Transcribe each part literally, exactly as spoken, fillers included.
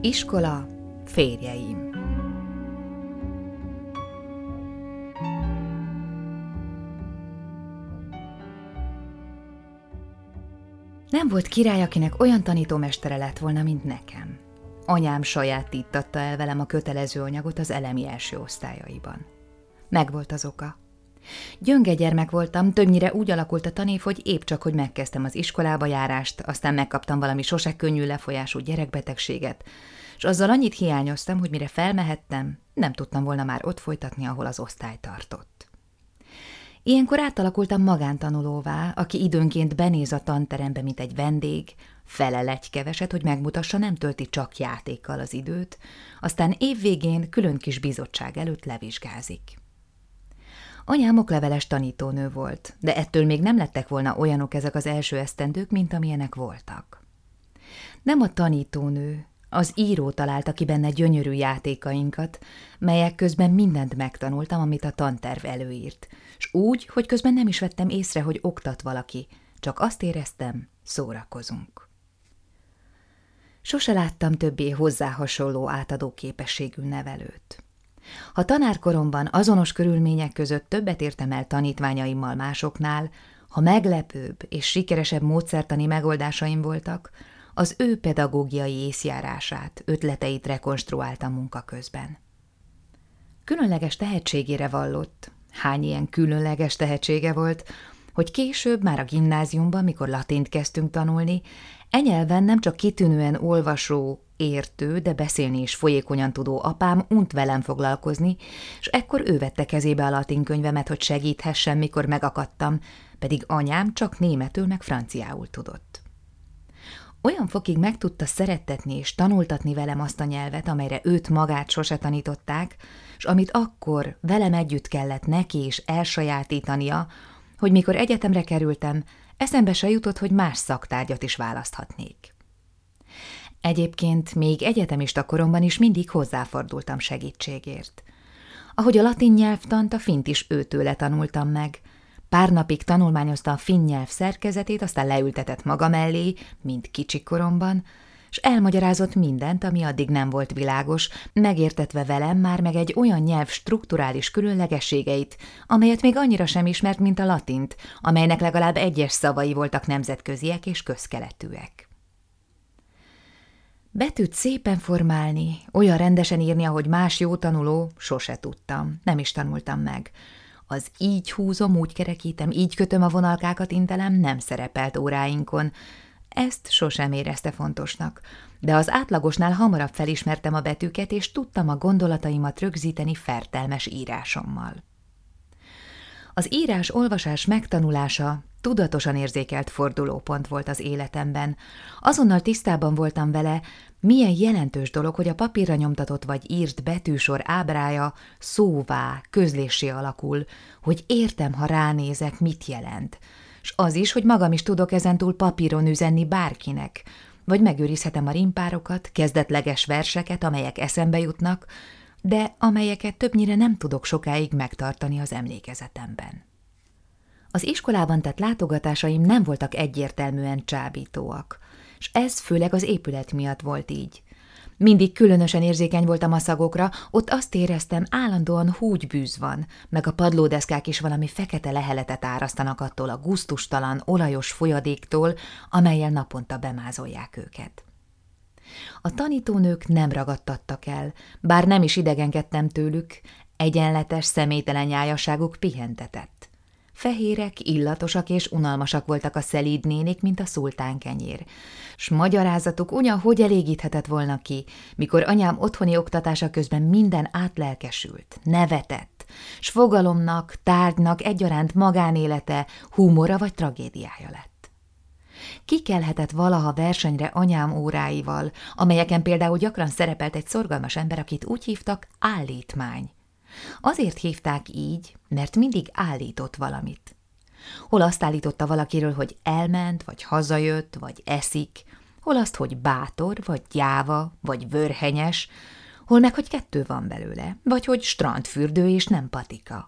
Iskola, férjeim. Nem volt király, akinek olyan tanítómestere lett volna, mint nekem. Anyám sajátítatta el velem a kötelező anyagot az elemi első osztályaiban. Megvolt az oka. Gyönge gyermek voltam, többnyire úgy alakult a tanév, hogy épp csak, hogy megkezdtem az iskolába járást, aztán megkaptam valami sose könnyű lefolyású gyerekbetegséget, és azzal annyit hiányoztam, hogy mire felmehettem, nem tudtam volna már ott folytatni, ahol az osztály tartott. Ilyenkor átalakultam magántanulóvá, aki időnként benéz a tanterembe, mint egy vendég, felel egy keveset, hogy megmutassa, nem tölti csak játékkal az időt, aztán évvégén külön kis bizottság előtt levizsgázik. Anyám okleveles tanítónő volt, de ettől még nem lettek volna olyanok ezek az első esztendők, mint amilyenek voltak. Nem a tanítónő, az író találta ki benne gyönyörű játékainkat, melyek közben mindent megtanultam, amit a tanterv előírt, s úgy, hogy közben nem is vettem észre, hogy oktat valaki, csak azt éreztem, szórakozunk. Sose láttam többé hozzá hasonló átadó képességű nevelőt. Ha tanárkoromban azonos körülmények között többet értem el tanítványaimmal másoknál, ha meglepőbb és sikeresebb módszertani megoldásaim voltak, az ő pedagógiai észjárását, ötleteit rekonstruáltam munka közben. Különleges tehetségére vallott, hány ilyen különleges tehetsége volt, hogy később már a gimnáziumban, mikor latint kezdtünk tanulni, e nyelven nem csak kitűnően olvasó, értő, de beszélni is folyékonyan tudó apám unt velem foglalkozni, és ekkor ő vette kezébe a latin könyvemet, hogy segíthessen, mikor megakadtam, pedig anyám csak németül meg franciául tudott. Olyan fokig meg tudta szerettetni és tanultatni velem azt a nyelvet, amelyre őt magát sose tanították, és amit akkor velem együtt kellett neki is elsajátítania, hogy mikor egyetemre kerültem, eszembe se jutott, hogy más szaktárgyat is választhatnék. Egyébként még egyetemista koromban is mindig hozzáfordultam segítségért. Ahogy a latin nyelvtant, a fint is őtőle tanultam meg. Pár napig tanulmányozta a finn nyelv szerkezetét, aztán leültetett maga mellé, mint kicsi koromban, s elmagyarázott mindent, ami addig nem volt világos, megértetve velem már meg egy olyan nyelv strukturális különlegességeit, amelyet még annyira sem ismert, mint a latint, amelynek legalább egyes szavai voltak nemzetköziek és közkeletűek. Betűt szépen formálni, olyan rendesen írni, ahogy más jó tanuló, sose tudtam, nem is tanultam meg. Az így húzom, úgy kerekítem, így kötöm a vonalkákat intelem nem szerepelt óráinkon. Ezt sosem érezte fontosnak, de az átlagosnál hamarabb felismertem a betűket, és tudtam a gondolataimat rögzíteni fertelmes írásommal. Az írás-olvasás megtanulása tudatosan érzékelt fordulópont volt az életemben. Azonnal tisztában voltam vele, milyen jelentős dolog, hogy a papírra nyomtatott vagy írt betűsor ábrája szóvá, közléssé alakul, hogy értem, ha ránézek, mit jelent, s az is, hogy magam is tudok ezentúl papíron üzenni bárkinek, vagy megőrizhetem a rímpárokat, kezdetleges verseket, amelyek eszembe jutnak, de amelyeket többnyire nem tudok sokáig megtartani az emlékezetemben. Az iskolában tett látogatásaim nem voltak egyértelműen csábítóak, s ez főleg az épület miatt volt így. Mindig különösen érzékeny voltam a szagokra, ott azt éreztem, állandóan húgybűz van, meg a padlódeszkák is valami fekete leheletet árasztanak attól a gusztustalan, olajos folyadéktól, amellyel naponta bemázolják őket. A tanítónők nem ragadtattak el, bár nem is idegenkedtem tőlük, egyenletes, személytelen nyájasságuk pihentetett. Fehérek, illatosak és unalmasak voltak a szelíd nénik, mint a szultánkenyér, s magyarázatuk ugyan hogy elégíthetett volna ki, mikor anyám otthoni oktatása közben minden átlelkesült, nevetett, s fogalomnak, tárgynak egyaránt magánélete, humora vagy tragédiája lett. Kikelhetett valaha versenyre anyám óráival, amelyeken például gyakran szerepelt egy szorgalmas ember, akit úgy hívtak állítmány. Azért hívták így, mert mindig állított valamit. Hol azt állította valakiről, hogy elment, vagy hazajött, vagy eszik, hol azt, hogy bátor, vagy gyáva, vagy vörhenyes, hol meg, hogy kettő van belőle, vagy hogy strandfürdő és nem patika.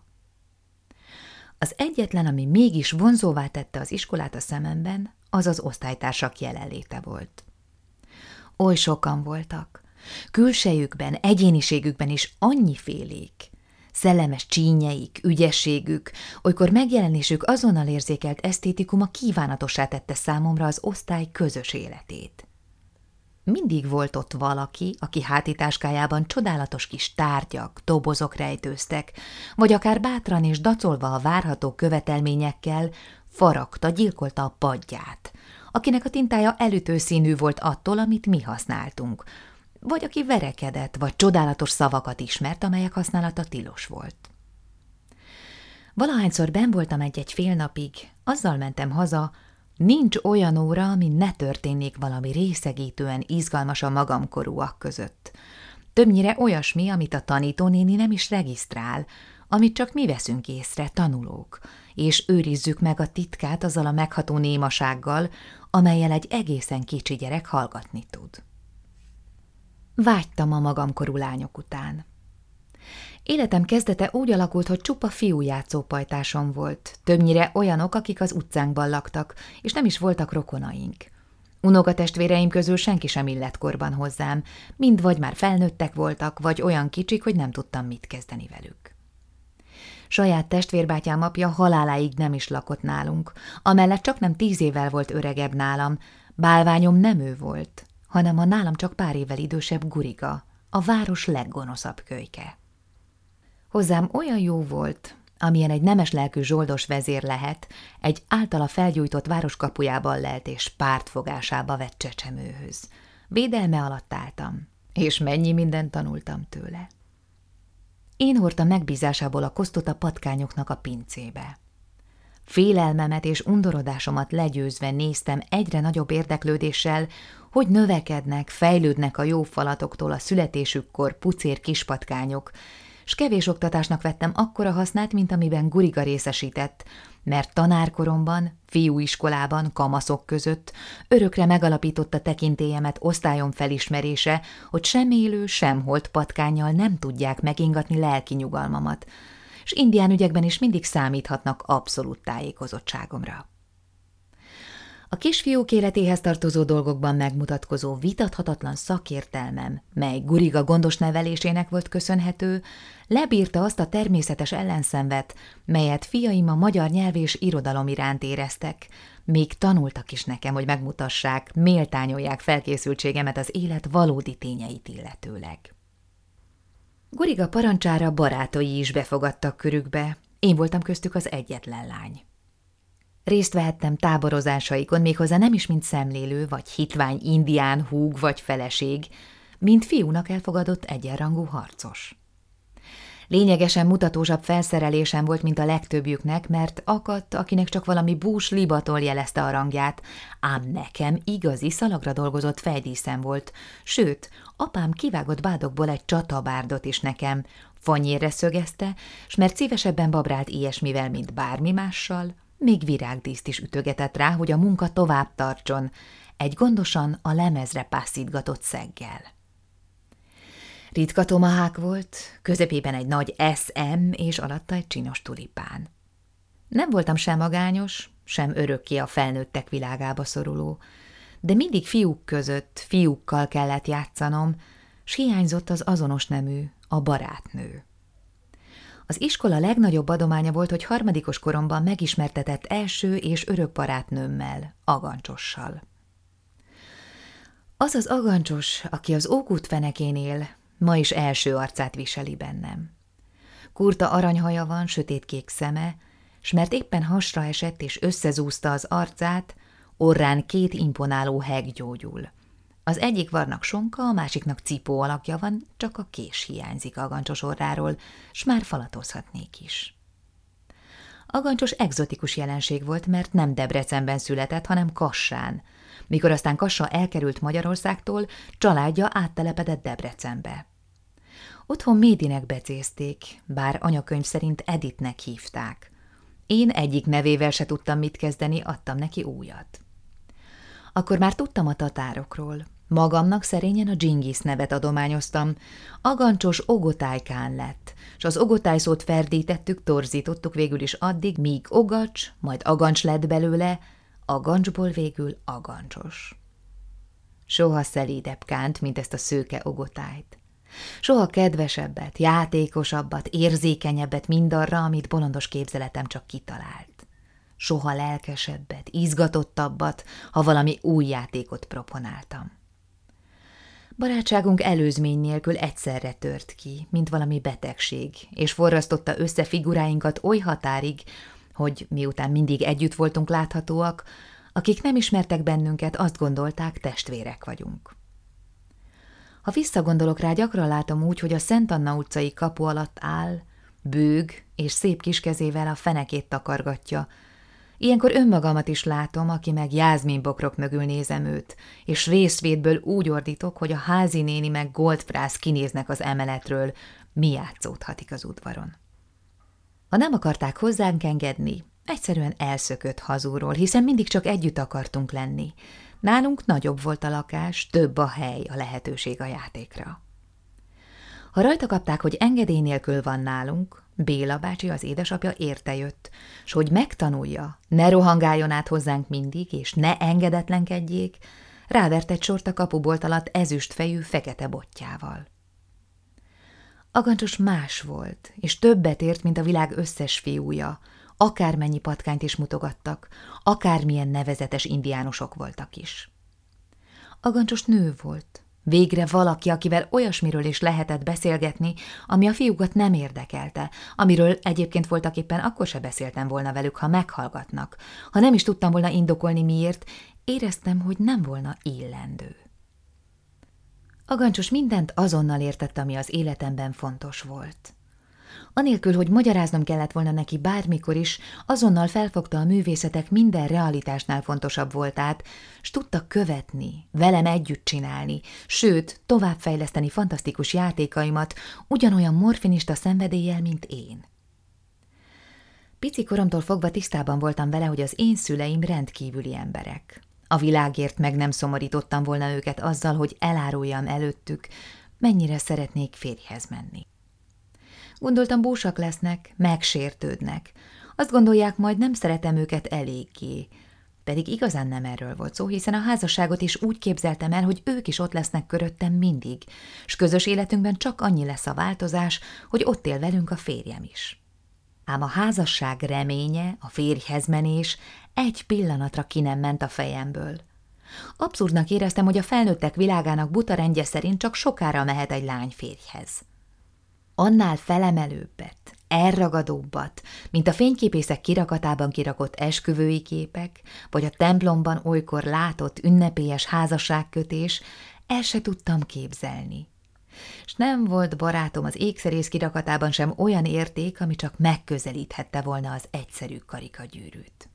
Az egyetlen, ami mégis vonzóvá tette az iskolát a szememben, az az osztálytársak jelenléte volt. Oly sokan voltak, Külsejükben, egyéniségükben is annyifélék. Szellemes csínyeik, ügyességük, olykor megjelenésük azonnal érzékelt esztétikuma kívánatossá tette számomra az osztály közös életét. Mindig volt ott valaki, aki hátitáskájában csodálatos kis tárgyak, dobozok rejtőztek, vagy akár bátran és dacolva a várható követelményekkel faragta, gyilkolta a padját, akinek a tintája elütőszínű volt attól, amit mi használtunk, vagy aki verekedett, vagy csodálatos szavakat ismert, amelyek használata tilos volt. Valahányszor benn voltam egy-egy fél napig, azzal mentem haza, nincs olyan óra, amin ne történnék valami részegítően izgalmas a magamkorúak között. Többnyire olyasmi, amit a tanítónéni nem is regisztrál, amit csak mi veszünk észre, tanulók, és őrizzük meg a titkát azzal a megható némasággal, amellyel egy egészen kicsi gyerek hallgatni tud. Vágytam a magamkorú lányok után. Életem kezdete úgy alakult, hogy csupa fiú játszópajtásom volt, többnyire olyanok, akik az utcánkban laktak, és nem is voltak rokonaink. Unokatestvéreim közül senki sem illett korban hozzám, mind vagy már felnőttek voltak, vagy olyan kicsik, hogy nem tudtam mit kezdeni velük. Saját testvérbátyám apja haláláig nem is lakott nálunk, amellett csak nem tíz évvel volt öregebb nálam, bálványom nem ő volt, hanem a nálam csak pár évvel idősebb Guriga, a város leggonoszabb kölyke. Hozzám olyan jó volt, amilyen egy nemes lelkű zsoldos vezér lehet, egy általa felgyújtott város kapujában lelt és pártfogásába vett csecsemőhöz. Védelme alatt álltam, és mennyi mindent tanultam tőle. Én hordtam megbízásából a kosztot a patkányoknak a pincébe. Félelmemet és undorodásomat legyőzve néztem egyre nagyobb érdeklődéssel, hogy növekednek, fejlődnek a jó falatoktól a születésükkor pucér kispatkányok, s kevés oktatásnak vettem akkora hasznát, mint amiben Guriga részesített, mert tanárkoromban, fiúiskolában, kamaszok között örökre megalapította tekintélyemet osztályom felismerése, hogy sem élő, sem holt patkánnyal nem tudják megingatni lelki nyugalmamat, s indián ügyekben is mindig számíthatnak abszolút tájékozottságomra. A kisfiúk életéhez tartozó dolgokban megmutatkozó vitathatatlan szakértelmem, mely Guriga gondos nevelésének volt köszönhető, lebírta azt a természetes ellenszenvet, melyet fiaim a magyar nyelv és irodalom iránt éreztek, még tanultak is nekem, hogy megmutassák, méltányolják felkészültségemet az élet valódi tényeit illetőleg. Guriga parancsára barátai is befogadtak körükbe, én voltam köztük az egyetlen lány. Részt vehettem táborozásaikon, méghozzá nem is mint szemlélő, vagy hitvány indián húg vagy feleség, mint fiúnak elfogadott egyenrangú harcos. Lényegesen mutatósabb felszerelésem volt, mint a legtöbbjüknek, mert akadt, akinek csak valami bús libatól jelezte a rangját, ám nekem igazi szalagra dolgozott fejdíszem volt, sőt, apám kivágott bádokból egy csatabárdot is nekem, fanyérre szögezte, s mert szívesebben babrált ilyesmivel, mint bármi mással, még virágdíszt is ütögetett rá, hogy a munka tovább tartson, egy gondosan a lemezre pászítgatott szeggel. Ritka tomahák volt, közepében egy nagy es em és alatta egy csinos tulipán. Nem voltam sem magányos, sem örökké a felnőttek világába szoruló, de mindig fiúk között, fiúkkal kellett játszanom, s hiányzott az azonos nemű, a barátnő. Az iskola legnagyobb adománya volt, hogy harmadikos koromban megismertetett első és örök barátnőmmel, Agancsossal. Az az Agancsos, aki az Ókút fenekén él, ma is első arcát viseli bennem. Kurta aranyhaja van, sötétkék szeme, s mert éppen hasra esett és összezúzta az arcát, orrán két imponáló heg gyógyul. Az egyik varnak sonka, a másiknak cipó alakja van, csak a kés hiányzik Agancsos orráról, s már falatozhatnék is. Agancsos egzotikus jelenség volt, mert nem Debrecenben született, hanem Kassán. Mikor aztán Kassa elkerült Magyarországtól, családja áttelepedett Debrecenbe. Otthon Médinek becézték, bár anyakönyv szerint Editnek hívták. Én egyik nevével se tudtam mit kezdeni, adtam neki újat. Akkor már tudtam a tatárokról. Magamnak szerényen a Dzsingisz nevet adományoztam. Agancsos Ogotájkán lett, s az Ogotáj szót ferdítettük, torzítottuk végül is addig, míg Ogacs, majd Agancs lett belőle, Agancsból végül Agancsos. Soha szelídebb kánt, mint ezt a szőke ogotájt. Soha kedvesebbet, játékosabbat, érzékenyebbet mindarra, amit bolondos képzeletem csak kitalált. Soha lelkesebbet, izgatottabbat, ha valami új játékot proponáltam. Barátságunk előzmény nélkül egyszerre tört ki, mint valami betegség, és forrasztotta össze figuráinkat oly határig, hogy miután mindig együtt voltunk láthatóak, akik nem ismertek bennünket, azt gondolták, testvérek vagyunk. Ha visszagondolok rá, gyakran látom úgy, hogy a Szent Anna utcai kapu alatt áll, bőg, és szép kis kezével a fenekét takargatja. Ilyenkor önmagamat is látom, aki meg jázminbokrok mögül nézem őt, és részvétből úgy ordítok, hogy a házi néni meg Goldfrász kinéznek az emeletről, mi játszódhatik az udvaron. Ha nem akarták hozzánk engedni, egyszerűen elszökött hazúról, hiszen mindig csak együtt akartunk lenni. Nálunk nagyobb volt a lakás, több a hely, a lehetőség a játékra. Ha rajta kapták, hogy engedély nélkül van nálunk, Béla bácsi, az édesapja értejött, s hogy megtanulja, ne rohangáljon át hozzánk mindig, és ne engedetlenkedjék, rávert egy sort a kapubolt alatt ezüstfejű fekete bottyával. Agancsos más volt, és többet ért, mint a világ összes fiúja, akármennyi patkányt is mutogattak, akármilyen nevezetes indiánusok voltak is. Agancsos nő volt, végre valaki, akivel olyasmiről is lehetett beszélgetni, ami a fiúkat nem érdekelte, amiről egyébként voltak éppen akkor se beszéltem volna velük, ha meghallgatnak. Ha nem is tudtam volna indokolni miért, éreztem, hogy nem volna illendő. Agancsos mindent azonnal értett, ami az életemben fontos volt. Anélkül, hogy magyaráznom kellett volna neki bármikor is, azonnal felfogta a művészetek minden realitásnál fontosabb voltát, s tudta követni, velem együtt csinálni, sőt, továbbfejleszteni fantasztikus játékaimat ugyanolyan morfinista szenvedéllyel, mint én. Pici koromtól fogva tisztában voltam vele, hogy az én szüleim rendkívüli emberek. A világért meg nem szomorítottam volna őket azzal, hogy eláruljam előttük, mennyire szeretnék férjhez menni. Gondoltam, búsak lesznek, megsértődnek. Azt gondolják, majd nem szeretem őket eléggé. Pedig igazán nem erről volt szó, hiszen a házasságot is úgy képzeltem el, hogy ők is ott lesznek köröttem mindig, s közös életünkben csak annyi lesz a változás, hogy ott él velünk a férjem is. Ám a házasság reménye, a férjhez menés egy pillanatra ki nem ment a fejemből. Abszurdnak éreztem, hogy a felnőttek világának buta rendje szerint csak sokára mehet egy lány férjhez. Annál felemelőbbet, elragadóbbat, mint a fényképészek kirakatában kirakott esküvői képek, vagy a templomban olykor látott ünnepélyes házasságkötés, el se tudtam képzelni. S nem volt barátom az ékszerész kirakatában sem olyan érték, ami csak megközelíthette volna az egyszerű karikagyűrűt.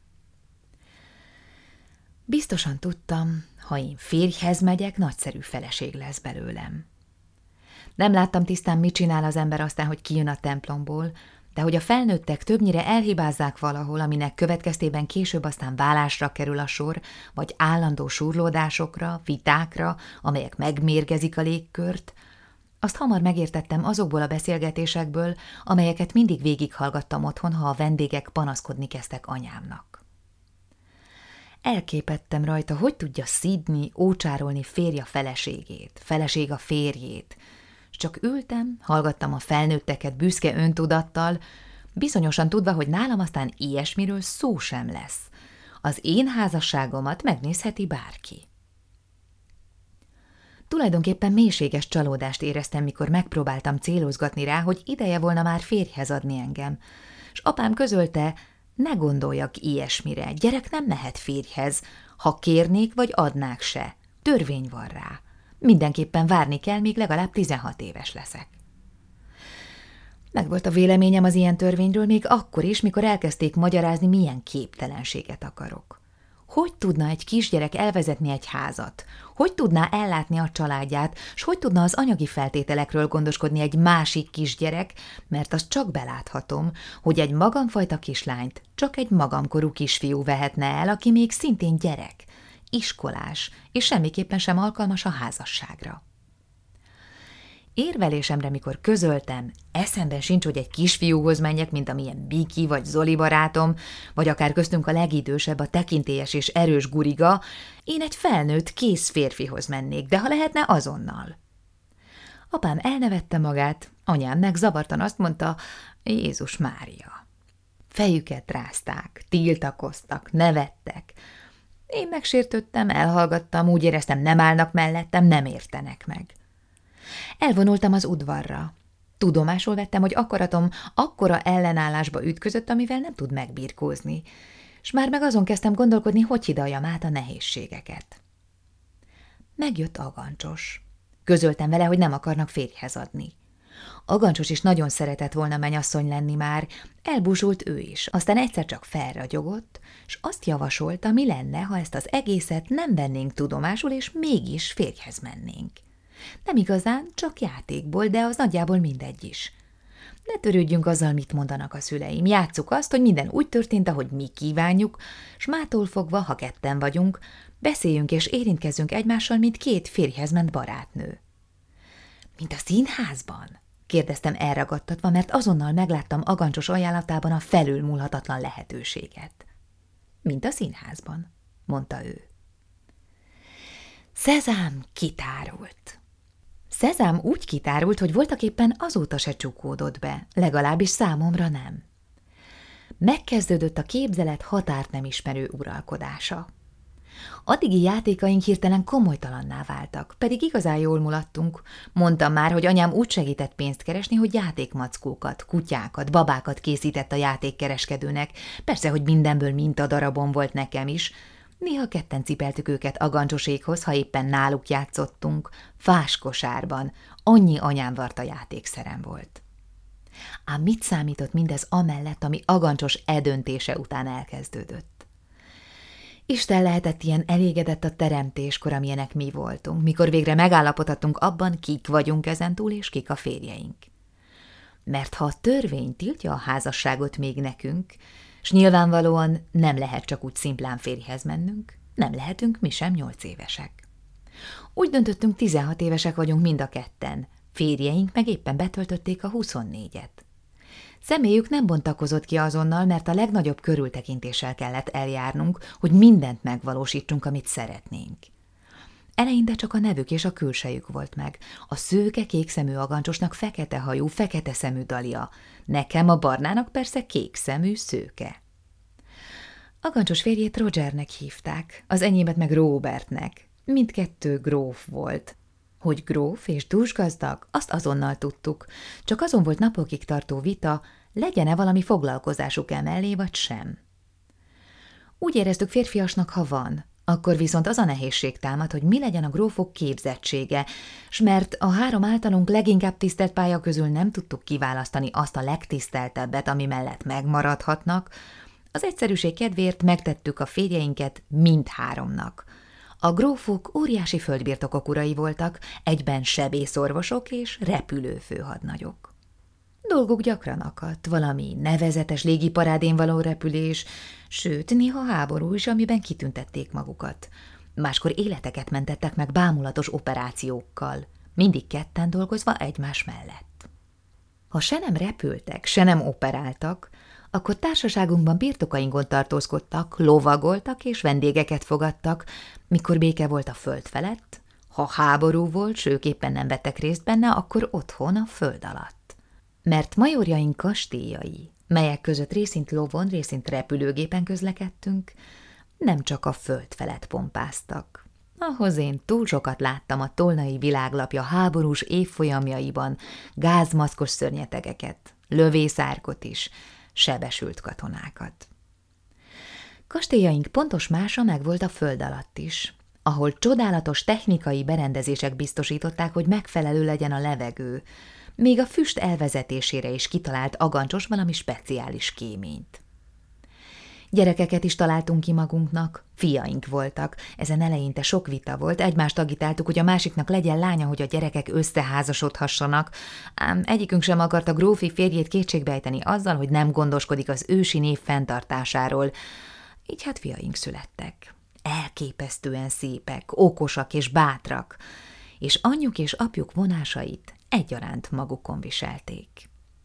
Biztosan tudtam, ha én férjhez megyek, nagyszerű feleség lesz belőlem. Nem láttam tisztán, mit csinál az ember aztán, hogy kijön a templomból, de hogy a felnőttek többnyire elhibázzák valahol, aminek következtében később aztán válásra kerül a sor, vagy állandó surlódásokra, vitákra, amelyek megmérgezik a légkört, azt hamar megértettem azokból a beszélgetésekből, amelyeket mindig végighallgattam otthon, ha a vendégek panaszkodni kezdtek anyámnak. Elképettem rajta, hogy tudja szidni, ócsárolni férj a feleségét, feleség a férjét, s csak ültem, hallgattam a felnőtteket büszke öntudattal, bizonyosan tudva, hogy nálam aztán ilyesmiről szó sem lesz. Az én házasságomat megnézheti bárki. Tulajdonképpen mélységes csalódást éreztem, mikor megpróbáltam célozgatni rá, hogy ideje volna már férjhez adni engem, s apám közölte, ne gondoljak ilyesmire, gyerek nem mehet férjhez, ha kérnék vagy adnák se, törvény van rá. Mindenképpen várni kell, míg legalább tizenhat éves leszek. Megvolt a véleményem az ilyen törvényről még akkor is, mikor elkezdték magyarázni, milyen képtelenséget akarok. Hogy tudna egy kisgyerek elvezetni egy házat? Hogy tudná ellátni a családját, s hogy tudna az anyagi feltételekről gondoskodni egy másik kisgyerek, mert azt csak beláthatom, hogy egy magamfajta kislányt csak egy magamkorú kisfiú vehetne el, aki még szintén gyerek, iskolás, és semmiképpen sem alkalmas a házasságra. Érvelésemre, mikor közöltem, eszemben sincs, hogy egy kisfiúhoz menjek, mint amilyen Biki vagy Zoli barátom, vagy akár köztünk a legidősebb, a tekintélyes és erős Guriga, én egy felnőtt, kész férfihoz mennék, de ha lehetne, azonnal. Apám elnevette magát, anyám meg zavartan azt mondta, Jézus Mária. Fejüket rázták, tiltakoztak, nevettek. Én megsértődtem, elhallgattam, úgy éreztem, nem állnak mellettem, nem értenek meg. Elvonultam az udvarra. Tudomásul vettem, hogy akaratom akkora ellenállásba ütközött, amivel nem tud megbirkózni, s már meg azon kezdtem gondolkodni, hogy hidaljam át a nehézségeket. Megjött Agancsos. Közöltem vele, hogy nem akarnak férjhez adni. Agancsos is nagyon szeretett volna mennyasszony lenni már, elbúsult ő is, aztán egyszer csak felragyogott, s azt javasolta, mi lenne, ha ezt az egészet nem vennénk tudomásul, és mégis férjhez mennénk. Nem igazán, csak játékból, de az nagyjából mindegy is. Ne törődjünk azzal, mit mondanak a szüleim, játsszuk azt, hogy minden úgy történt, ahogy mi kívánjuk, s mától fogva, ha ketten vagyunk, beszéljünk és érintkezzünk egymással, mint két férjhez ment barátnő. Mint a színházban? Kérdeztem elragadtatva, mert azonnal megláttam Agancsos ajánlatában a felülmúlhatatlan lehetőséget. Mint a színházban, mondta ő. Szezám kitárult. Szezám úgy kitárult, hogy voltaképpen azóta se csukódott be, legalábbis számomra nem. Megkezdődött a képzelet határt nem ismerő uralkodása. Addigi játékaink hirtelen komolytalanná váltak, pedig igazán jól mulattunk. Mondtam már, hogy anyám úgy segített pénzt keresni, hogy játékmackókat, kutyákat, babákat készített a játékkereskedőnek. Persze, hogy mindenből mintadarabon volt nekem is. Néha ketten cipeltük őket Agancsosékhoz, ha éppen náluk játszottunk, fáskosárban, annyi anyám varta játékszerem volt. Ám mit számított mindez amellett, ami Agancsos e-döntése után elkezdődött? Isten lehetett ilyen elégedett a teremtéskor, amilyenek mi voltunk, mikor végre megállapodhatunk abban, kik vagyunk ezentúl, és kik a férjeink. Mert ha a törvény tiltja a házasságot még nekünk, s nyilvánvalóan nem lehet csak úgy szimplán férjhez mennünk, nem lehetünk mi sem nyolc évesek. Úgy döntöttünk, tizenhat évesek vagyunk mind a ketten, férjeink meg éppen betöltötték a huszonnégyet. Személyük nem bontakozott ki azonnal, mert a legnagyobb körültekintéssel kellett eljárnunk, hogy mindent megvalósítsunk, amit szeretnénk. Eleinte csak a nevük és a külsejük volt meg. A szőke kékszemű Agancsosnak fekete hajú, fekete szemű Dalia, nekem a barnának persze kékszemű Szőke. Agancsos férjét Rogernek hívták, az enyémet meg Robertnek. Mindkettő gróf volt. Hogy gróf és dúsgazdag, azt azonnal tudtuk, csak azon volt napokig tartó vita, legyen-e valami foglalkozásuk emellé, vagy sem. Úgy éreztük férfiasnak, ha van, akkor viszont az a nehézség támad, hogy mi legyen a grófok képzettsége, s mert a három általunk leginkább tisztelt pálya közül nem tudtuk kiválasztani azt a legtiszteltebbet, ami mellett megmaradhatnak, az egyszerűség kedvéért megtettük a férjeinket mindháromnak. A grófok óriási földbirtokok urai voltak, egyben sebészorvosok és repülőfőhadnagyok. Dolguk gyakran akadt, valami nevezetes légiparádén való repülés, sőt, néha háború is, amiben kitüntették magukat. Máskor életeket mentettek meg bámulatos operációkkal, mindig ketten dolgozva egymás mellett. Ha se nem repültek, se nem operáltak, akkor társaságunkban birtokainkon tartózkodtak, lovagoltak és vendégeket fogadtak, mikor béke volt a föld felett, ha háború volt, s ők éppen nem vettek részt benne, akkor otthon a föld alatt. Mert majorjaink kastélyai, melyek között részint lovon, részint repülőgépen közlekedtünk, nem csak a föld felett pompáztak. Ahhoz én túl sokat láttam a Tolnai Világlapja háborús évfolyamjaiban gázmaszkos szörnyetegeket, lövészárkot is, sebesült katonákat. Kastélyaink pontos mása megvolt a föld alatt is, ahol csodálatos technikai berendezések biztosították, hogy megfelelő legyen a levegő, még a füst elvezetésére is kitalált Agancsos valami speciális kéményt. Gyerekeket is találtunk ki magunknak, fiaink voltak, ezen eleinte sok vita volt, egymást agitáltuk, hogy a másiknak legyen lánya, hogy a gyerekek összeházasodhassanak, ám egyikünk sem akarta grófi férjét kétségbejteni azzal, hogy nem gondoskodik az ősi név fenntartásáról, így hát fiaink születtek. Elképesztően szépek, okosak és bátrak, és anyjuk és apjuk vonásait egyaránt magukon viselték.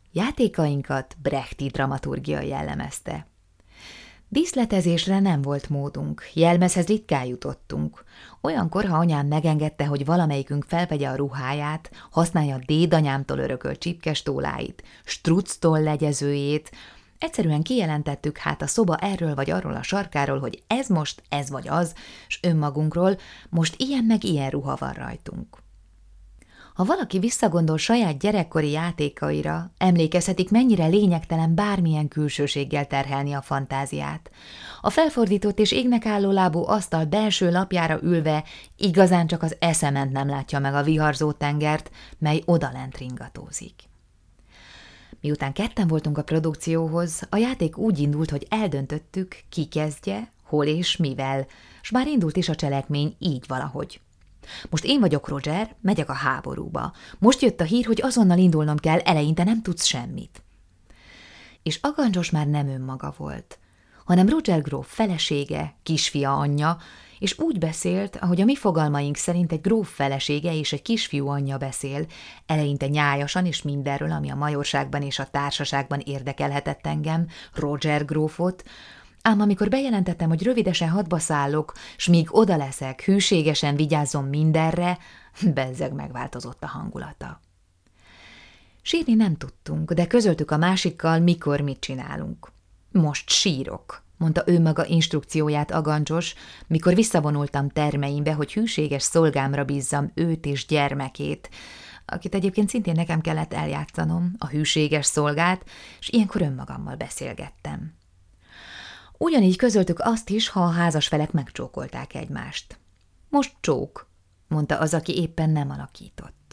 Játékainkat brechti dramaturgia jellemezte. Díszletezésre nem volt módunk, jelmezhez ritkán jutottunk. Olyankor, ha anyám megengedte, hogy valamelyikünk felvegye a ruháját, használja a dédanyámtól örökölt csipkes tóláit, strucctól legyezőjét, egyszerűen kijelentettük hát a szoba erről vagy arról a sarkáról, hogy ez most, ez vagy az, s önmagunkról, most ilyen meg ilyen ruha van rajtunk. Ha valaki visszagondol saját gyerekkori játékaira, emlékezhetik, mennyire lényegtelen bármilyen külsőséggel terhelni a fantáziát. A felfordított és égnek álló lábú asztal belső lapjára ülve igazán csak az eszement nem látja meg a viharzó tengert, mely odalent ringatózik. Miután ketten voltunk a produkcióhoz, a játék úgy indult, hogy eldöntöttük, ki kezdje, hol és mivel, s már indult is a cselekmény így valahogy. Most én vagyok Roger, megyek a háborúba. Most jött a hír, hogy azonnal indulnom kell, eleinte nem tudsz semmit. És Agancsos már nem önmaga volt, hanem Roger gróf felesége, kisfia anyja, és úgy beszélt, ahogy a mi fogalmaink szerint egy gróf felesége és egy kisfiú anyja beszél, eleinte nyájasan és mindenről, ami a majorságban és a társaságban érdekelhetett engem, Roger grófot, ám amikor bejelentettem, hogy rövidesen hadba szállok, s míg oda leszek, hűségesen vigyázzom mindenre, bezzeg megváltozott a hangulata. Sírni nem tudtunk, de közöltük a másikkal, mikor mit csinálunk. Most sírok, mondta ő maga instrukcióját Agancsos, mikor visszavonultam termeimbe, hogy hűséges szolgámra bízzam őt és gyermekét, akit egyébként szintén nekem kellett eljátszanom, a hűséges szolgát, és ilyenkor önmagammal beszélgettem. Ugyanígy közöltük azt is, ha a házas felek megcsókolták egymást. Most csók, mondta az, aki éppen nem alakított.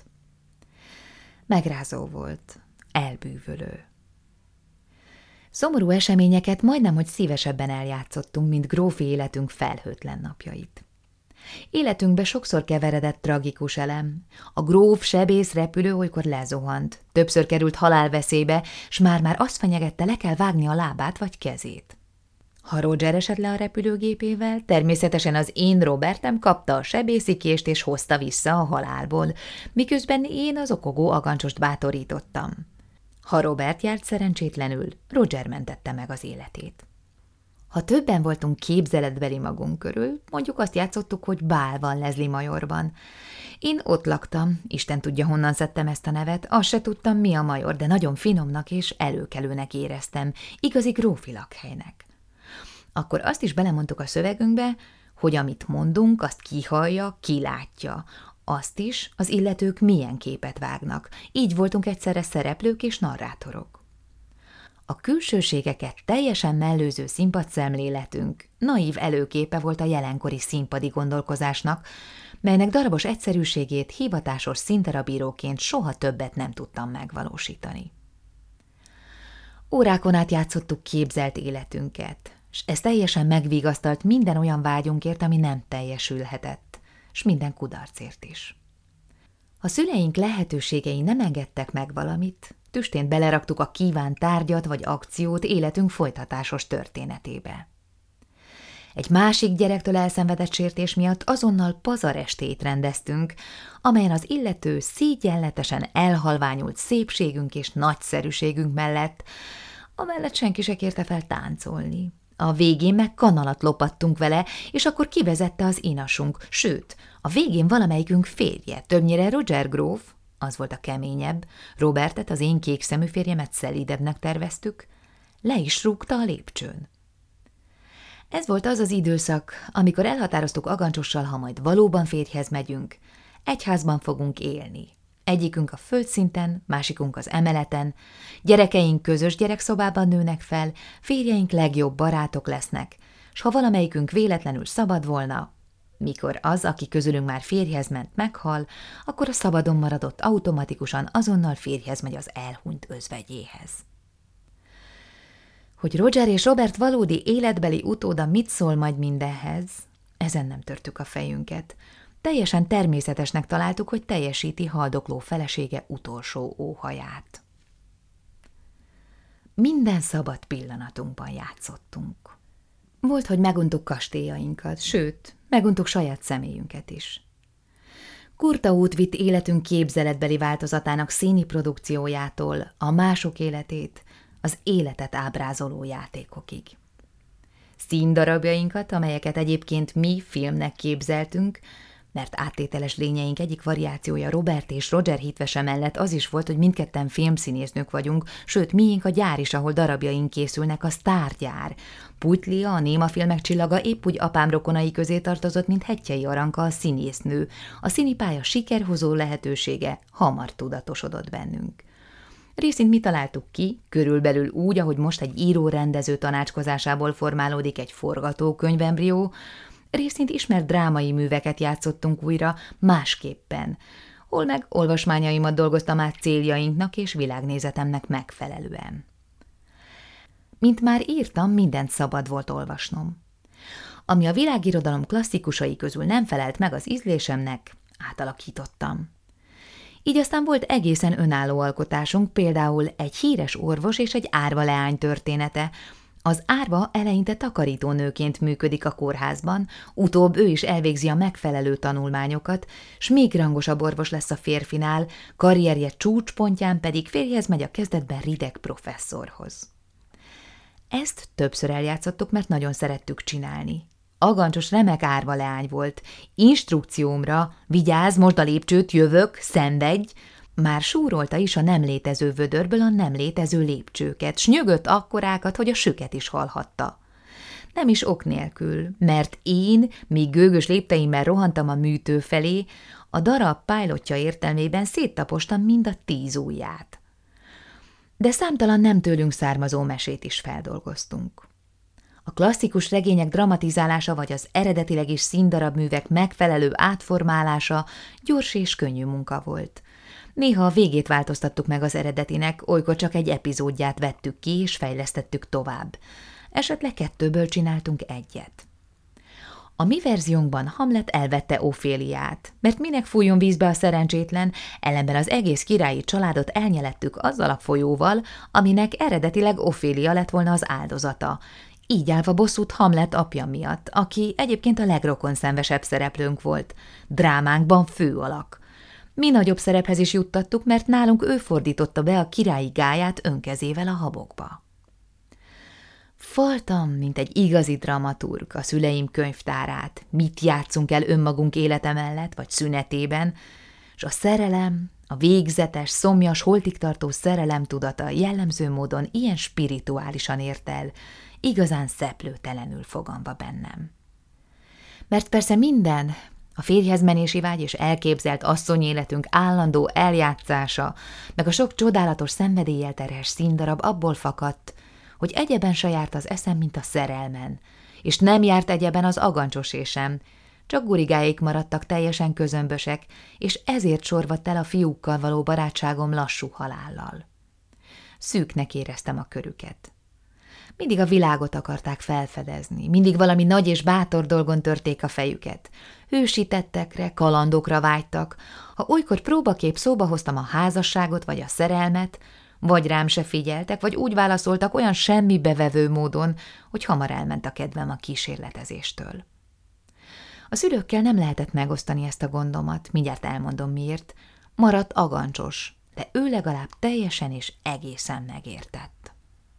Megrázó volt, elbűvölő. Szomorú eseményeket majdnem, hogy szívesebben eljátszottunk, mint grófi életünk felhőtlen napjait. Életünkbe sokszor keveredett tragikus elem. A gróf sebész repülő olykor lezuhant, többször került halálveszélybe, s már-már azt fenyegette, le kell vágni a lábát vagy kezét. Ha Roger esett le a repülőgépével, természetesen az én Robertem kapta a sebészikést és hozta vissza a halálból, miközben én az okogó Agancsost bátorítottam. Ha Robert járt szerencsétlenül, Roger mentette meg az életét. Ha többen voltunk képzeletbeli magunk körül, mondjuk azt játszottuk, hogy bál van Leslie majorban. Én ott laktam, Isten tudja, honnan szedtem ezt a nevet, azt se tudtam, mi a major, de nagyon finomnak és előkelőnek éreztem, igazi grófi lakhelynek. Akkor azt is belemondtuk a szövegünkbe, hogy amit mondunk, azt kihallja, kilátja. Azt is, az illetők milyen képet vágnak. Így voltunk egyszerre szereplők és narrátorok. A külsőségeket teljesen mellőző színpadszemléletünk naív előképe volt a jelenkori színpadi gondolkozásnak, melynek darabos egyszerűségét hivatásos színterabíróként soha többet nem tudtam megvalósítani. Órákon át játszottuk képzelt életünket, s ez teljesen megvigasztalt minden olyan vágyunkért, ami nem teljesülhetett, s minden kudarcért is. Ha szüleink lehetőségei nem engedtek meg valamit, tüstént beleraktuk a kívánt tárgyat vagy akciót életünk folytatásos történetébe. Egy másik gyerektől elszenvedett sértés miatt azonnal pazarestét rendeztünk, amelyen az illető szégyenletesen elhalványult szépségünk és nagyszerűségünk mellett, amellett senki se kérte fel táncolni. A végén meg kanalat lopattunk vele, és akkor kivezette az inasunk, sőt, a végén valamelyikünk férje, többnyire Roger gróf, az volt a keményebb, Robertet, az én kékszemű férjemet szelidebbnek terveztük, le is rúgta a lépcsőn. Ez volt az az időszak, amikor elhatároztuk Agancsossal, ha majd valóban férjhez megyünk, egy házban fogunk élni. Egyikünk a földszinten, másikunk az emeleten, gyerekeink közös gyerekszobában nőnek fel, férjeink legjobb barátok lesznek, s ha valamelyikünk véletlenül szabad volna, mikor az, aki közülünk már férjhez ment, meghal, akkor a szabadon maradott automatikusan azonnal férjhez megy az elhunyt özvegyéhez. Hogy Roger és Robert valódi életbeli utóda mit szól majd mindenhez, ezen nem törtük a fejünket. Teljesen természetesnek találtuk, hogy teljesíti haldokló felesége utolsó óhaját. Minden szabad pillanatunkban játszottunk. Volt, hogy meguntuk kastélyainkat, sőt, meguntuk saját személyünket is. Kurta út vitt életünk képzeletbeli változatának színi produkciójától a mások életét, az életet ábrázoló játékokig. Színdarabjainkat, amelyeket egyébként mi filmnek képzeltünk, mert áttételes lényeink egyik variációja Robert és Roger hitvese mellett az is volt, hogy mindketten filmszínésznők vagyunk, sőt, miénk a gyár is, ahol darabjaink készülnek, a sztárgyár. Putlia, a némafilmek csillaga épp úgy apám rokonai közé tartozott, mint Hettyei Aranka, a színésznő. A színipálya sikerhozó lehetősége hamar tudatosodott bennünk. Részint mi találtuk ki, körülbelül úgy, ahogy most egy író-rendező tanácskozásából formálódik egy forgatókönyvembrió, részint ismert drámai műveket játszottunk újra másképpen, hol meg olvasmányaimat dolgoztam át céljainknak és világnézetemnek megfelelően. Mint már írtam, mindent szabad volt olvasnom. Ami a világirodalom klasszikusai közül nem felelt meg az ízlésemnek, átalakítottam. Így aztán volt egészen önálló alkotásunk, például egy híres orvos és egy árva leány története. Az árva eleinte takarítónőként működik a kórházban, utóbb ő is elvégzi a megfelelő tanulmányokat, s még rangosabb orvos lesz a férfinál, karrierje csúcspontján pedig férjhez megy a kezdetben rideg professzorhoz. Ezt többször eljátszottuk, mert nagyon szerettük csinálni. Agancsos remek árva leány volt. Instrukciómra, vigyázz, mosd a lépcsőt, jövök, szenvedj, már súrolta is a nem létező vödörből a nem létező lépcsőket, s nyögött akkorákat, hogy a süket is hallhatta. Nem is ok nélkül, mert én, míg gőgös lépteimmel rohantam a műtő felé, a darab pilotja értelmében széttapostam mind a tíz ujját. De számtalan nem tőlünk származó mesét is feldolgoztunk. A klasszikus regények dramatizálása vagy az eredetileg is színdarabművek megfelelő átformálása gyors és könnyű munka volt. Néha a végét változtattuk meg az eredetinek, olykor csak egy epizódját vettük ki és fejlesztettük tovább. Esetleg kettőből csináltunk egyet. A mi verziónkban Hamlet elvette Oféliát, mert minek fújjon vízbe a szerencsétlen, ellenben az egész királyi családot elnyelettük azzal a folyóval, aminek eredetileg Ofélia lett volna az áldozata. Így állva bosszút Hamlet apja miatt, aki egyébként a legrokonszenvesebb szereplőnk volt. Drámánkban fő alak. Mi nagyobb szerephez is juttattuk, mert nálunk ő fordította be a királyi gályát önkezével a habokba. Faltam, mint egy igazi dramaturg, a szüleim könyvtárát, mit játszunk el önmagunk élete mellett, vagy szünetében, s a szerelem, a végzetes, szomjas, holtig tartó szerelem tudata jellemző módon ilyen spirituálisan ért el, igazán szeplőtelenül foganva bennem. Mert persze minden, a férjhez menési vágy és elképzelt asszonyéletünk állandó eljátszása, meg a sok csodálatos szenvedéllyel terhes színdarab abból fakadt, hogy egyeben se járt az eszem, mint a szerelmen, és nem járt egyeben az agancsosé sem, csak gurigáik maradtak teljesen közömbösek, és ezért sorvadt el a fiúkkal való barátságom lassú halállal. Szűknek éreztem a körüket. Mindig a világot akarták felfedezni, mindig valami nagy és bátor dolgon törték a fejüket. Hősi tettekre, kalandokra vágytak, ha olykor próbaképp szóba hoztam a házasságot vagy a szerelmet, vagy rám se figyeltek, vagy úgy válaszoltak olyan semmi bevevő módon, hogy hamar elment a kedvem a kísérletezéstől. A szülőkkel nem lehetett megosztani ezt a gondomat, mindjárt elmondom miért, maradt agancsos, de ő legalább teljesen és egészen megértett.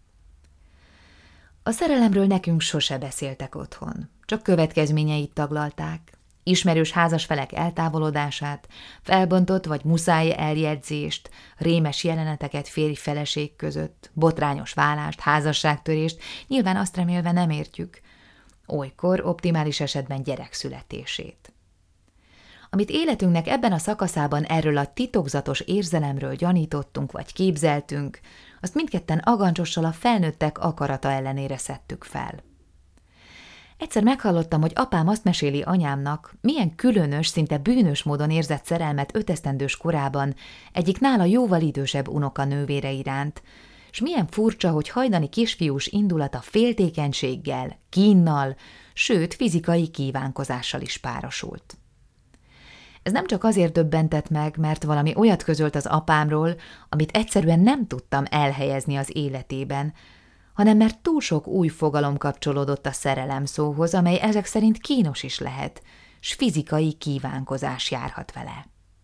A szerelemről nekünk sose beszéltek otthon, csak következményeit taglalták, ismerős házasfelek eltávolodását, felbontott vagy muszáj eljegyzést, rémes jeleneteket férj-feleség között, botrányos válást, házasságtörést, nyilván azt remélve nem értjük, olykor optimális esetben gyerek születését. Amit életünknek ebben a szakaszában erről a titokzatos érzelemről gyanítottunk vagy képzeltünk, azt mindketten agancsossal a felnőttek akarata ellenére szedtük fel. Egyszer meghallottam, hogy apám azt meséli anyámnak, milyen különös, szinte bűnös módon érzett szerelmet ötesztendős korában egyik nála jóval idősebb unoka nővére iránt, s milyen furcsa, hogy hajdani kisfiús indulata féltékenységgel, kínnal, sőt fizikai kívánkozással is párosult. Ez nem csak azért döbbentett meg, mert valami olyat közölt az apámról, amit egyszerűen nem tudtam elhelyezni az életében, hanem mert túl sok új fogalom kapcsolódott a szerelem szóhoz, amely ezek szerint kínos is lehet, s fizikai kívánkozás járhat vele.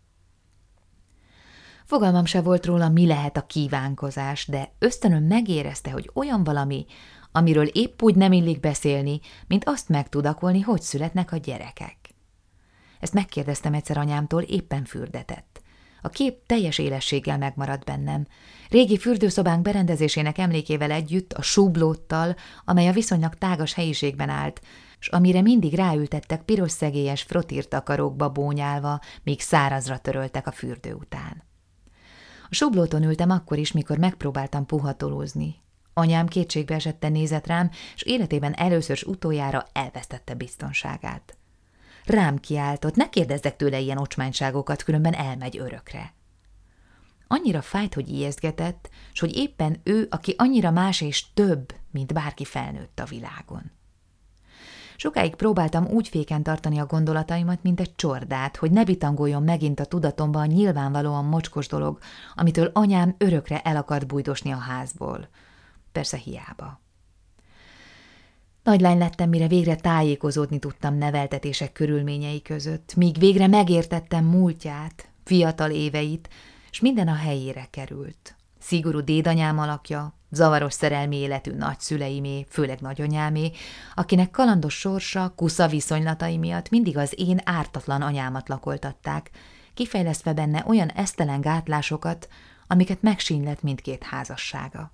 Fogalmam se volt róla, mi lehet a kívánkozás, de ösztönöm megérezte, hogy olyan valami, amiről épp úgy nem illik beszélni, mint azt megtudakolni, hogy születnek a gyerekek. Ezt megkérdeztem egyszer anyámtól, éppen fürdetett. A kép teljes élességgel megmaradt bennem. Régi fürdőszobánk berendezésének emlékével együtt a súblóttal, amely a viszonylag tágas helyiségben állt, s amire mindig ráültettek piros szegélyes frotírtakarókba bónyálva, míg szárazra töröltek a fürdő után. A súblóton ültem akkor is, mikor megpróbáltam puhatolózni. Anyám kétségbe esetten nézett rám, és életében először s utoljára elvesztette biztonságát. Rám kiáltott, ne kérdezzek tőle ilyen ocsmányságokat, különben elmegy örökre. Annyira fájt, hogy ijesztgetett, s hogy éppen ő, aki annyira más és több, mint bárki felnőtt a világon. Sokáig próbáltam úgy féken tartani a gondolataimat, mint egy csordát, hogy ne bitangoljon megint a tudatomba a nyilvánvalóan mocskos dolog, amitől anyám örökre el akart bújdosni a házból. Persze hiába. Nagylány lettem, mire végre tájékozódni tudtam neveltetések körülményei között, míg végre megértettem múltját, fiatal éveit, s minden a helyére került. Szigorú dédanyám alakja, zavaros szerelmi életű nagyszüleimé, főleg nagyanyámé, akinek kalandos sorsa, kusza viszonylatai miatt mindig az én ártatlan anyámat lakoltatták, kifejlesztve benne olyan esztelen gátlásokat, amiket megsínylett mindkét házassága.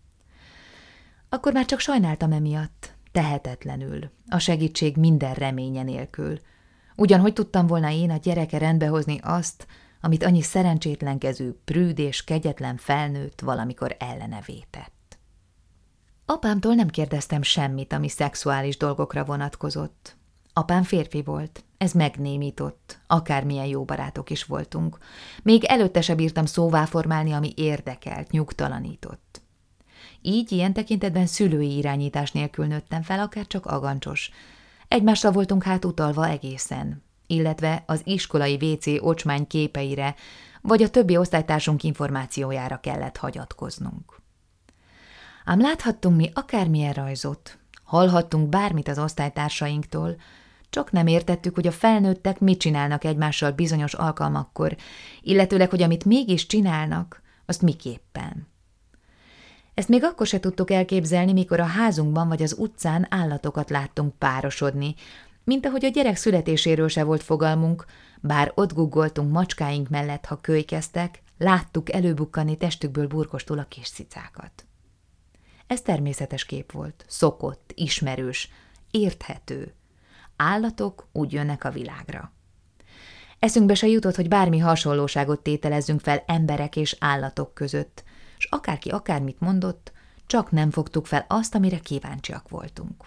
Akkor már csak sajnáltam emiatt, tehetetlenül, a segítség minden reménye nélkül. Ugyanhogy tudtam volna én a gyereke rendbehozni azt, amit annyi szerencsétlenkezű, prűd és kegyetlen felnőtt valamikor ellene vétett. Apámtól nem kérdeztem semmit, ami szexuális dolgokra vonatkozott. Apám férfi volt, ez megnémított, akármilyen jó barátok is voltunk. Még előtte se bírtam szóvá formálni, ami érdekelt, nyugtalanított. Így ilyen tekintetben szülői irányítás nélkül nőttem fel, akár csak agancsos. Egymásra voltunk hát utalva egészen, illetve az iskolai vécé ocsmány képeire, vagy a többi osztálytársunk információjára kellett hagyatkoznunk. Ám láthattunk mi akármilyen rajzot, hallhattunk bármit az osztálytársainktól, csak nem értettük, hogy a felnőttek mit csinálnak egymással bizonyos alkalmakkor, illetőleg, hogy amit mégis csinálnak, azt miképpen. Ezt még akkor se tudtuk elképzelni, mikor a házunkban vagy az utcán állatokat láttunk párosodni, mint ahogy a gyerek születéséről se volt fogalmunk, bár ott guggoltunk macskáink mellett, ha kölykeztek, láttuk előbukkani testükből burkostul a kis cicákat. Ez természetes kép volt, szokott, ismerős, érthető. Állatok úgy jönnek a világra. Eszünkbe se jutott, hogy bármi hasonlóságot tételezzünk fel emberek és állatok között, s akárki akármit mondott, csak nem fogtuk fel azt, amire kíváncsiak voltunk.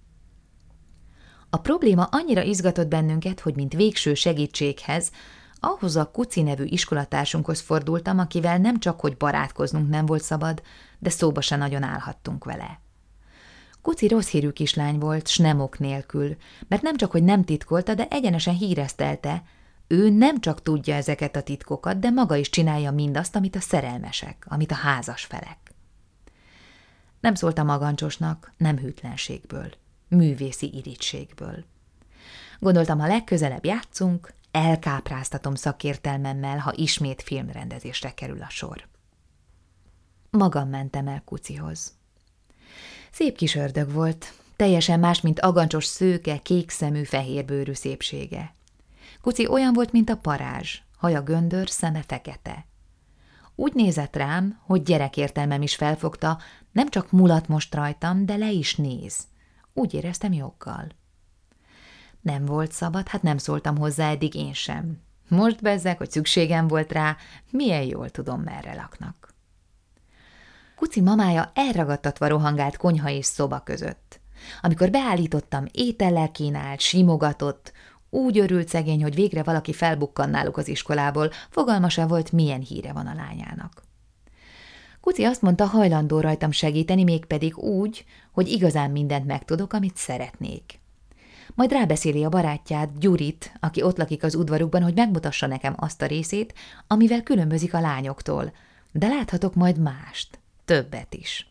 A probléma annyira izgatott bennünket, hogy mint végső segítséghez, ahhoz a Kuci nevű iskolatársunkhoz fordultam, akivel nem csak hogy barátkoznunk nem volt szabad, de szóba se nagyon állhattunk vele. Kuci rossz hírű kislány volt, s nem ok nélkül, mert nem csak hogy nem titkolta, de egyenesen híresztelte, ő nem csak tudja ezeket a titkokat, de maga is csinálja mindazt, amit a szerelmesek, amit a házas felek. Nem szóltam magancsosnak, nem hűtlenségből, művészi irítségből. Gondoltam, ha legközelebb játszunk, elkápráztatom szakértelmemmel, ha ismét filmrendezésre kerül a sor. Magam mentem el Kucihoz. Szép kis ördög volt, teljesen más, mint agancsos szőke, kékszemű, fehérbőrű szépsége. Kuci olyan volt, mint a parázs, haja göndör, szeme fekete. Úgy nézett rám, hogy gyerekértelmem is felfogta, nem csak mulat most rajtam, de le is néz. Úgy éreztem joggal. Nem volt szabad, hát nem szóltam hozzá eddig én sem. Most bezzeg, hogy szükségem volt rá, milyen jól tudom, merre laknak. Kuci mamája elragadtatva rohangált konyha és szoba között. Amikor beállítottam, étellel kínált, simogatott, úgy örült szegény, hogy végre valaki felbukkan náluk az iskolából, fogalma sem volt, milyen híre van a lányának. Kuci azt mondta, hajlandó rajtam segíteni, mégpedig úgy, hogy igazán mindent megtudok, amit szeretnék. Majd rábeszéli a barátját, Gyurit, aki ott lakik az udvarukban, hogy megmutassa nekem azt a részét, amivel különbözik a lányoktól, de láthatok majd mást, többet is.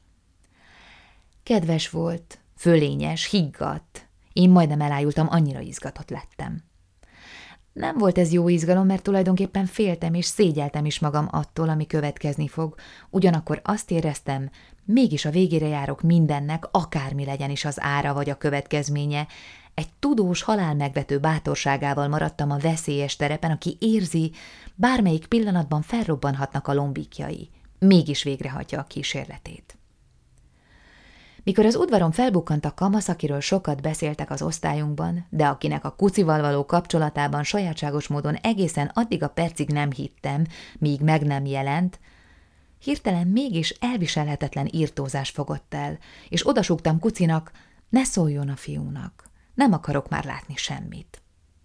Kedves volt, fölényes, higgadt. Én majdnem elájultam, annyira izgatott lettem. Nem volt ez jó izgalom, mert tulajdonképpen féltem és szégyeltem is magam attól, ami következni fog, ugyanakkor azt éreztem, mégis a végére járok mindennek, akármi legyen is az ára vagy a következménye. Egy tudós halálmegvető bátorságával maradtam a veszélyes terepen, aki érzi, bármelyik pillanatban felrobbanhatnak a lombikjai. Mégis végrehajtja a kísérletét. Mikor az udvaron felbukkant a kamasz, akiről sokat beszéltek az osztályunkban, de akinek a kucival való kapcsolatában sajátságos módon egészen addig a percig nem hittem, míg meg nem jelent, hirtelen mégis elviselhetetlen írtózás fogott el, és odasúgtam Kucinak, ne szóljon a fiúnak, nem akarok már látni semmit.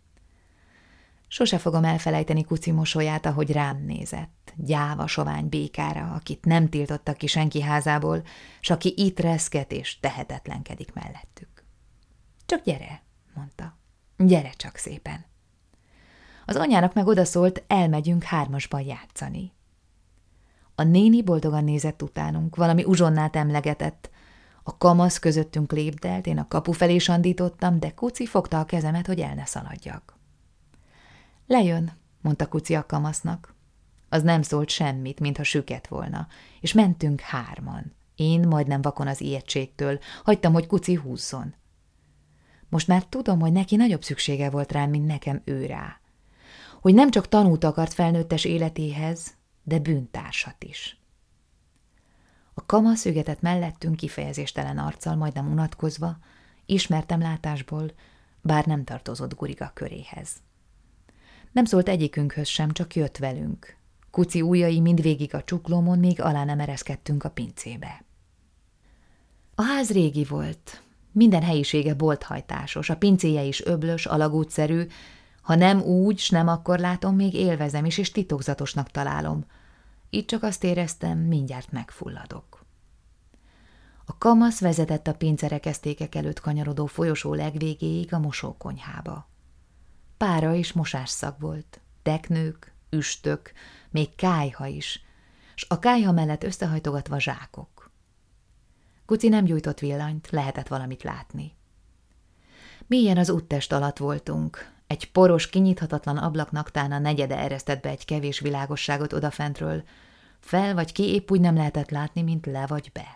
Sose fogom elfelejteni Kuci mosolyát, ahogy rám nézett, gyáva sovány békára, akit nem tiltottak ki senki házából, s aki itt reszket és tehetetlenkedik mellettük. Csak gyere, mondta, gyere csak szépen. Az anyának meg odaszólt, elmegyünk hármasban játszani. A néni boldogan nézett utánunk, valami uzsonnát emlegetett. A kamasz közöttünk lépdelt, én a kapu felé sandítottam, de Kuci fogta a kezemet, hogy el ne szaladjak. Lejön, mondta Kuci a kamasznak. Az nem szólt semmit, mintha süket volna, és mentünk hárman. Én majdnem vakon az ijegységtől, hagytam, hogy Kuci húzzon. Most már tudom, hogy neki nagyobb szüksége volt rám, mint nekem ő rá. Hogy nem csak tanút akart felnőttes életéhez, de bűntársat is. A kamasz ügetett mellettünk kifejezéstelen arccal, majdnem unatkozva, ismertem látásból, bár nem tartozott Guriga köréhez. Nem szólt egyikünkhöz sem, csak jött velünk. Kuci ujjai mindvégig a csuklómon, még alá nem ereszkedtünk a pincébe. A ház régi volt, minden helyisége bolthajtásos, a pincéje is öblös, alagútszerű, ha nem úgy, s nem akkor látom, még élvezem is, és titokzatosnak találom. Így csak azt éreztem, mindjárt megfulladok. A kamasz vezetett a pincerekesztékek előtt kanyarodó folyosó legvégéig a mosókonyhába. Pára és mosásszag volt, teknők, üstök, még kályha is, s a kályha mellett összehajtogatva zsákok. Kuci nem gyújtott villanyt, lehetett valamit látni. Mélyen az úttest alatt voltunk, egy poros, kinyithatatlan ablaknak tán a negyede eresztett be egy kevés világosságot odafentről, fel vagy ki épp úgy nem lehetett látni, mint le vagy be.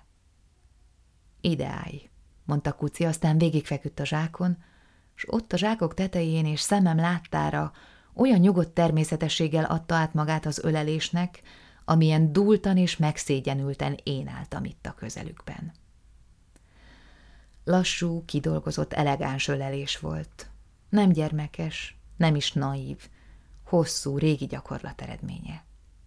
Ide állj, mondta Kuci, aztán végigfeküdt a zsákon, s ott a zsákok tetején és szemem láttára olyan nyugodt természetességgel adta át magát az ölelésnek, amilyen dúltan és megszégyenülten én álltam itt a közelükben. Lassú, kidolgozott, elegáns ölelés volt. Nem gyermekes, nem is naív, hosszú, régi gyakorlat eredménye.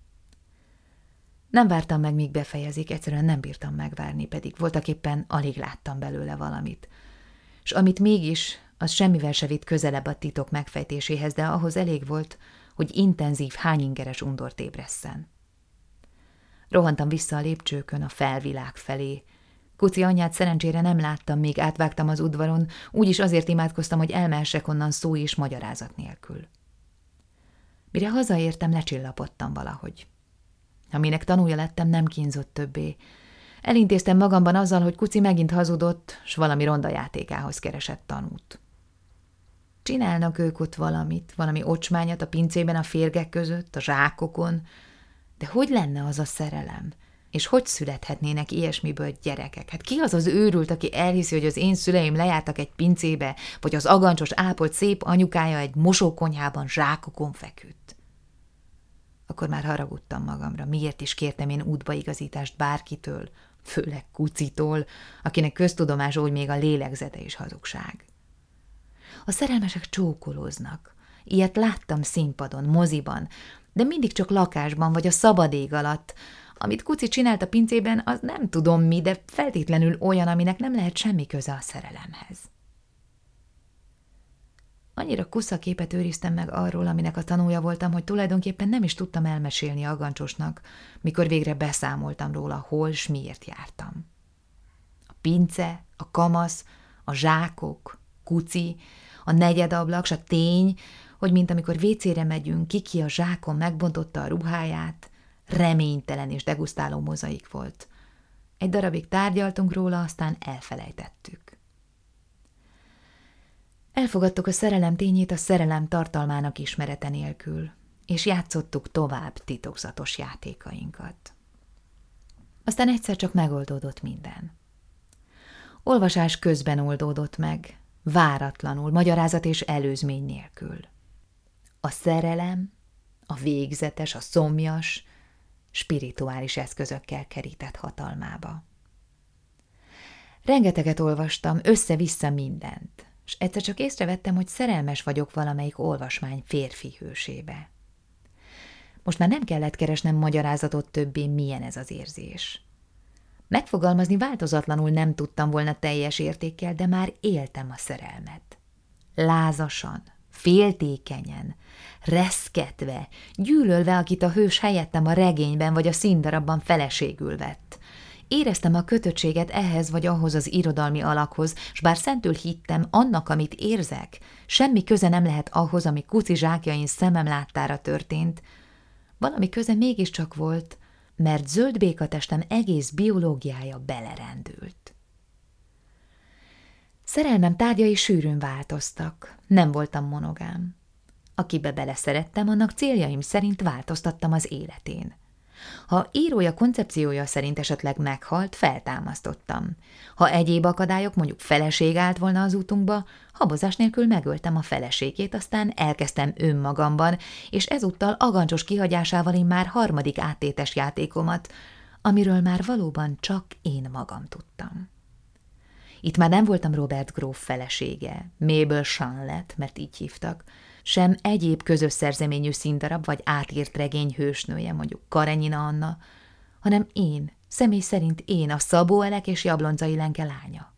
Nem vártam meg, míg befejezik, egyszerűen nem bírtam megvárni, pedig voltaképpen alig láttam belőle valamit. S amit mégis, az semmivel se vitt közelebb a titok megfejtéséhez, de ahhoz elég volt, hogy intenzív, hányingeres undort ébresszen. Rohantam vissza a lépcsőkön a felvilág felé. Kuci anyját szerencsére nem láttam, még átvágtam az udvaron, úgyis azért imádkoztam, hogy elmehessek onnan szó és magyarázat nélkül. Mire hazaértem, lecsillapodtam valahogy. Aminek tanúja lettem, nem kínzott többé. Elintéztem magamban azzal, hogy Kuci megint hazudott, s valami ronda játékához keresett tanút. Csinálnak ők ott valamit, valami ocsmányat a pincében a férgek között, a zsákokon, de hogy lenne az a szerelem? És hogy születhetnének ilyesmiből gyerekek? Hát ki az az őrült, aki elhiszi, hogy az én szüleim lejártak egy pincébe, vagy az agancsos, ápolt szép anyukája egy mosókonyhában zsákokon feküdt? Akkor már haragudtam magamra, miért is kértem én útbaigazítást bárkitől, főleg Kucitól, akinek köztudomás, hogy még a lélegzete is hazugság. A szerelmesek csókolóznak. Ilyet láttam színpadon, moziban, de mindig csak lakásban vagy a szabad ég alatt. Amit Kuci csinált a pincében, az nem tudom mi, de feltétlenül olyan, aminek nem lehet semmi köze a szerelemhez. Annyira kuszaképet őriztem meg arról, aminek a tanúja voltam, hogy tulajdonképpen nem is tudtam elmesélni Agancsosnak, mikor végre beszámoltam róla, hol s miért jártam. A pince, a kamasz, a zsákok, Kuci, a negyedablak, s a tény, hogy mint amikor vécére megyünk, kiki a zsákon megbontotta a ruháját, reménytelen és degusztáló mozaik volt. Egy darabig tárgyaltunk róla, aztán elfelejtettük. Elfogadtuk a szerelem tényét a szerelem tartalmának ismerete nélkül, és játszottuk tovább titokzatos játékainkat. Aztán egyszer csak megoldódott minden. Olvasás közben oldódott meg, váratlanul, magyarázat és előzmény nélkül. A szerelem, a végzetes, a szomjas, spirituális eszközökkel kerített hatalmába. Rengeteget olvastam, össze-vissza mindent, és egyszer csak észrevettem, hogy szerelmes vagyok valamelyik olvasmány férfi hősébe. Most már nem kellett keresnem magyarázatot többé, milyen ez az érzés. Megfogalmazni változatlanul nem tudtam volna teljes értékkel, de már éltem a szerelmet. Lázasan, féltékenyen, reszketve, gyűlölve, akit a hős helyettem a regényben vagy a színdarabban feleségül vett. Éreztem a kötöttséget ehhez vagy ahhoz az irodalmi alakhoz, s bár szentül hittem, annak, amit érzek, semmi köze nem lehet ahhoz, ami kuci zsákjain szemem láttára történt, valami köze mégiscsak volt, mert zöld békatestem egész biológiája belerendült. Szerelmem tárgyai sűrűn változtak, nem voltam monogám. Akibe beleszerettem, annak céljaim szerint változtattam az életén. Ha írója koncepciója szerint esetleg meghalt, feltámasztottam. Ha egyéb akadályok, mondjuk feleség állt volna az útunkba, habozás nélkül megöltem a feleségét, aztán elkezdtem önmagamban, és ezúttal agancsos kihagyásával én már harmadik áttétes játékomat, amiről már valóban csak én magam tudtam. Itt már nem voltam Robert gróf felesége, Mabel Shanlett, mert így hívtak, sem egyéb közösszerzeményű színdarab vagy átírt regény hősnője, mondjuk Karenina Anna, hanem én, személy szerint én, a Szabó Elek és Jabloncai Lenke lánya.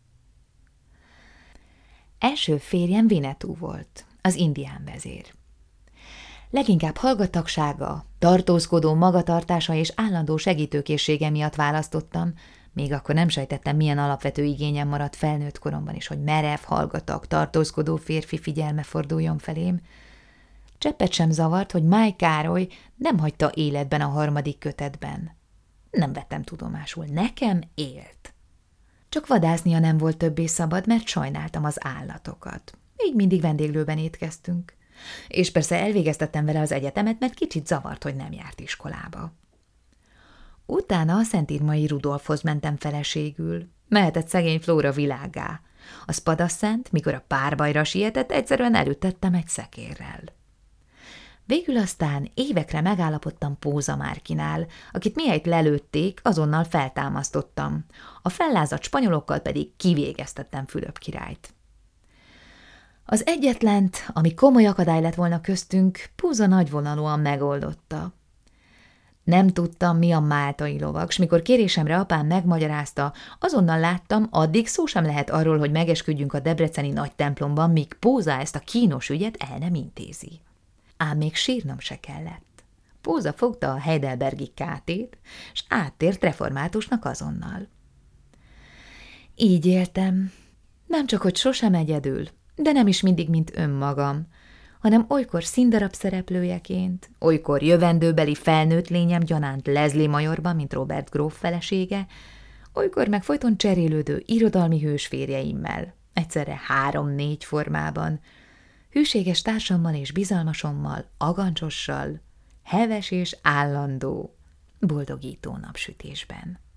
Első férjem Winnetou volt, az indián vezér. Leginkább hallgattagsága, tartózkodó magatartása és állandó segítőkészsége miatt választottam, még akkor nem sejtettem, milyen alapvető igényem maradt felnőtt koromban is, hogy merev, hallgatag, tartózkodó férfi figyelme forduljon felém. Cseppet sem zavart, hogy Máj Károly nem hagyta életben a harmadik kötetben. Nem vettem tudomásul, nekem élt. Csak vadásznia nem volt többé szabad, mert sajnáltam az állatokat. Így mindig vendéglőben étkeztünk. És persze elvégeztettem vele az egyetemet, mert kicsit zavart, hogy nem járt iskolába. Utána a Szentírmai Rudolfhoz mentem feleségül. Mehetett szegény Flóra világá. A Spadasszent, mikor a párbajra sietett, egyszerűen elütettem egy szekérrel. Végül aztán évekre megállapodtam Póza Márkinál, akit mihelyt lelőtték, azonnal feltámasztottam. A fellázadt spanyolokkal pedig kivégeztettem Fülöp királyt. Az egyetlent, ami komoly akadály lett volna köztünk, Póza nagyvonalúan megoldotta. Nem tudtam, mi a máltai lovag, s mikor kérésemre apám megmagyarázta, azonnal láttam, addig szó sem lehet arról, hogy megesküdjünk a debreceni nagy templomban, míg Póza ezt a kínos ügyet el nem intézi. Ám még sírnom se kellett. Póza fogta a heidelbergi kátét, s áttért reformátusnak azonnal. Így éltem, nem csak, hogy sosem egyedül, de nem is mindig, mint önmagam, hanem olykor színdarab szereplőjeként, olykor jövendőbeli felnőtt lényem gyanánt Leslie majorban, mint Robert gróf felesége, olykor meg folyton cserélődő irodalmi hősférjeimmel, egyszerre három-négy formában, hűséges társammal és bizalmasommal, agancsossal, heves és állandó, boldogító napsütésben.